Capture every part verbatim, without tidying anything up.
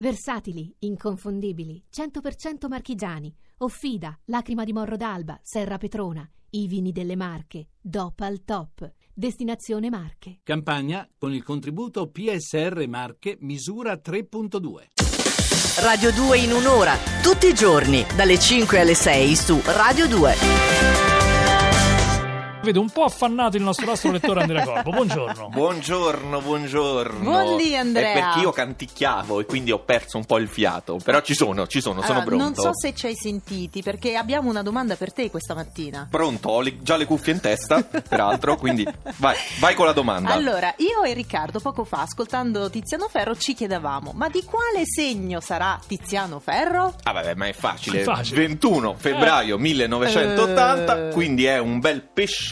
Versatili, inconfondibili, cento per cento marchigiani. Offida, Lacrima di Morro d'Alba, Serra Petrona. I vini delle Marche, D O P al top. Destinazione Marche. Campagna con il contributo P S R Marche misura tre punto due. Radio due in un'ora, tutti i giorni, dalle cinque alle sei su Radio due. Vedo un po' affannato il nostro astro lettore Andrea Corbo. Buongiorno. Buongiorno, buongiorno. Buondì, Andrea. È perché io canticchiavo e quindi ho perso un po' il fiato. Però ci sono, ci sono, sono Allora, pronto. non so se ci hai sentiti, perché abbiamo una domanda per te questa mattina. Pronto, ho le- già le cuffie in testa, peraltro, quindi vai, vai con la domanda. Allora, io e Riccardo poco fa, ascoltando Tiziano Ferro, ci chiedevamo: ma di quale segno sarà Tiziano Ferro? Ah vabbè, ma è facile. È facile. ventuno febbraio millenovecentottanta, Eh. quindi è un bel pesciolino,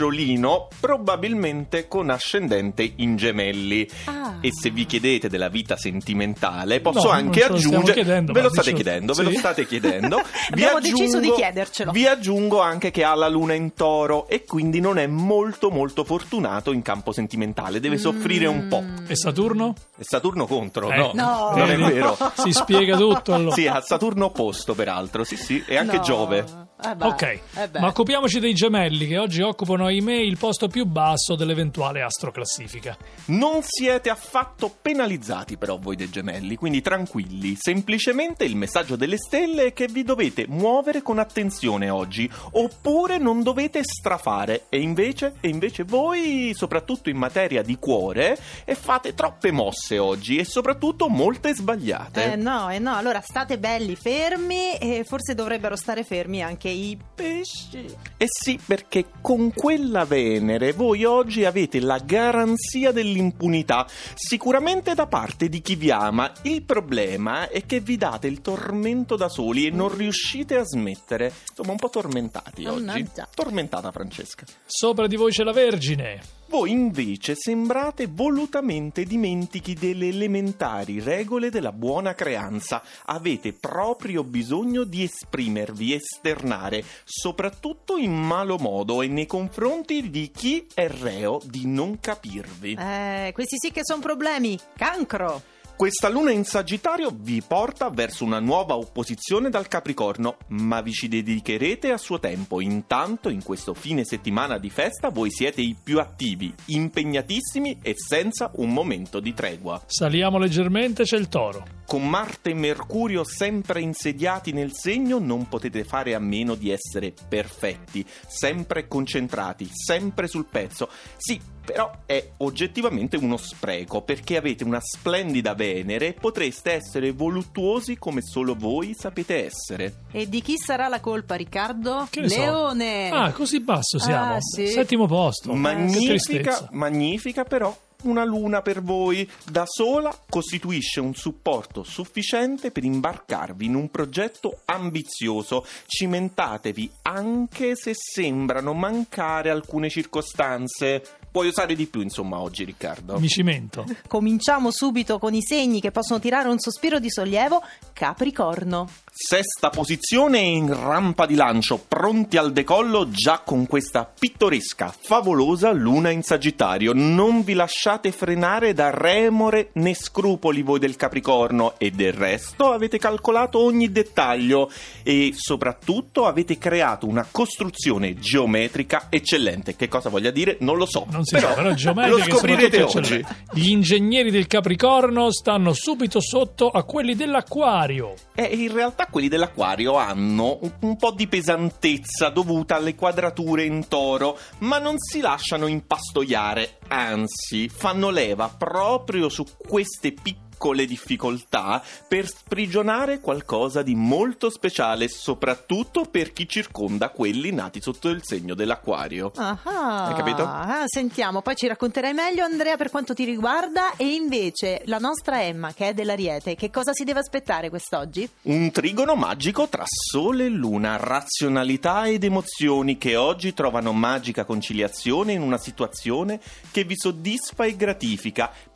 probabilmente con ascendente in Gemelli. Ah. E se vi chiedete della vita sentimentale, posso No, anche non ce lo stiamo aggiungere, chiedendo, ve ma lo state dicevo- chiedendo, ve sì. lo state chiedendo. Vi Abbiamo deciso aggiungo- di chiedercelo. Vi aggiungo anche che ha la luna in Toro e quindi non è molto molto fortunato in campo sentimentale, deve soffrire un po'. E Saturno? E Saturno contro, Eh, no, no. non è Vedi? vero. Si spiega tutto allora. Sì, ha Saturno opposto peraltro, sì sì, e anche No. Giove. Eh beh, Ok, eh beh. ma occupiamoci dei gemelli che oggi occupano, ahimè, il posto più basso dell'eventuale astroclassifica. Non siete affatto penalizzati però voi dei Gemelli, quindi tranquilli. Semplicemente il messaggio delle stelle è che vi dovete muovere con attenzione oggi, oppure non dovete strafare. E invece, e invece voi, soprattutto in materia di cuore, e fate troppe mosse oggi e soprattutto molte sbagliate. Eh no, eh no, allora state belli fermi e forse dovrebbero stare fermi anche i pesci. Eh sì, perché con quella Venere voi oggi avete la garanzia dell'impunità, sicuramente da parte di chi vi ama. Il problema è che vi date il tormento da soli e non riuscite a smettere. Insomma, un po' tormentati oggi. Mannaggia. Tormentata Francesca. Sopra di voi c'è la Vergine. Voi invece sembrate volutamente dimentichi delle elementari regole della buona creanza. Avete proprio bisogno di esprimervi, esternare, soprattutto in malo modo e nei confronti di chi è reo di non capirvi. Eh, questi sì che sono problemi. Cancro. Questa luna in Sagittario vi porta verso una nuova opposizione dal Capricorno, ma vi ci dedicherete a suo tempo. Intanto, in questo fine settimana di festa, voi siete i più attivi, impegnatissimi e senza un momento di tregua. Saliamo leggermente, c'è il Toro. Con Marte e Mercurio sempre insediati nel segno non potete fare a meno di essere perfetti, sempre concentrati, sempre sul pezzo. Sì, però è oggettivamente uno spreco, perché avete una splendida Venere e potreste essere voluttuosi come solo voi sapete essere. E di chi sarà la colpa, Riccardo? Che ne so? Leone. Ah, così basso siamo. Ah, sì. Settimo posto. Che Magnifica, tristezza. magnifica però. Una luna per voi da sola costituisce un supporto sufficiente per imbarcarvi in un progetto ambizioso. Cimentatevi anche se sembrano mancare alcune circostanze. Puoi usare di più, insomma, oggi, Riccardo. Mi cimento. Cominciamo subito con i segni che possono tirare un sospiro di sollievo. Capricorno. Sesta posizione in rampa di lancio, pronti al decollo già con questa pittoresca, favolosa luna in Sagittario. Non vi lasciate frenare da remore né scrupoli voi del Capricorno e del resto avete calcolato ogni dettaglio e soprattutto avete creato una costruzione geometrica eccellente. Che cosa voglia dire? Non lo so. Non si però sa, però lo geometrica e scoprirete soprattutto oggi. eccellente. Gli ingegneri del Capricorno stanno subito sotto a quelli dell'Acquario. E in realtà quelli dell'Acquario hanno un, un po' di pesantezza dovuta alle quadrature in Toro, ma non si lasciano impastoiare, anzi fanno leva proprio su queste piccole difficoltà per sprigionare qualcosa di molto speciale, soprattutto per chi circonda quelli nati sotto il segno dell'Acquario. Ah, Hai capito? ah, sentiamo, poi ci racconterai meglio, Andrea, per quanto ti riguarda. E invece la nostra Emma, che è dell'Ariete, che cosa si deve aspettare quest'oggi? Un trigono magico tra Sole e Luna, razionalità ed emozioni che oggi trovano magica conciliazione in una situazione che vi soddisfa e gratifica.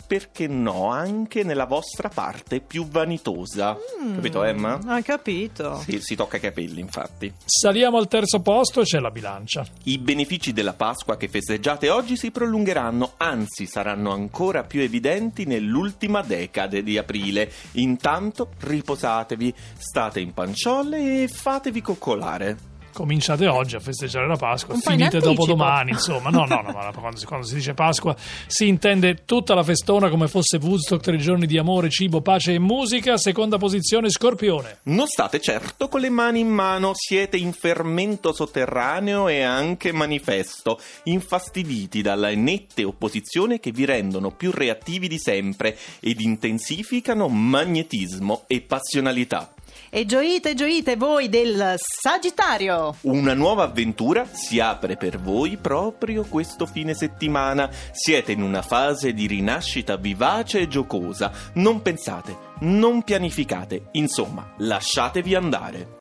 perché no, anche nella vostra parte più vanitosa. Mm, Capito, Emma? Hai capito. Sì, si tocca i capelli, infatti. Saliamo al terzo posto e c'è la bilancia. I benefici della Pasqua che festeggiate oggi si prolungheranno, anzi saranno ancora più evidenti nell'ultima decade di aprile. Intanto riposatevi, state in panciolle e fatevi coccolare. Cominciate oggi a festeggiare la Pasqua, Un po' in finite anticipo. dopo domani, insomma. No, no, no, ma quando si, quando si dice Pasqua si intende tutta la festona come fosse Woodstock, tre giorni di amore, cibo, pace e musica. Seconda posizione, Scorpione. Non state certo con le mani in mano, siete in fermento sotterraneo e anche manifesto, infastiditi dalla nette opposizione che vi rendono più reattivi di sempre ed intensificano magnetismo e passionalità. E gioite, gioite voi del Sagittario. Una nuova avventura si apre per voi proprio questo fine settimana. Siete in una fase di rinascita vivace e giocosa. Non pensate, non pianificate, insomma, lasciatevi andare.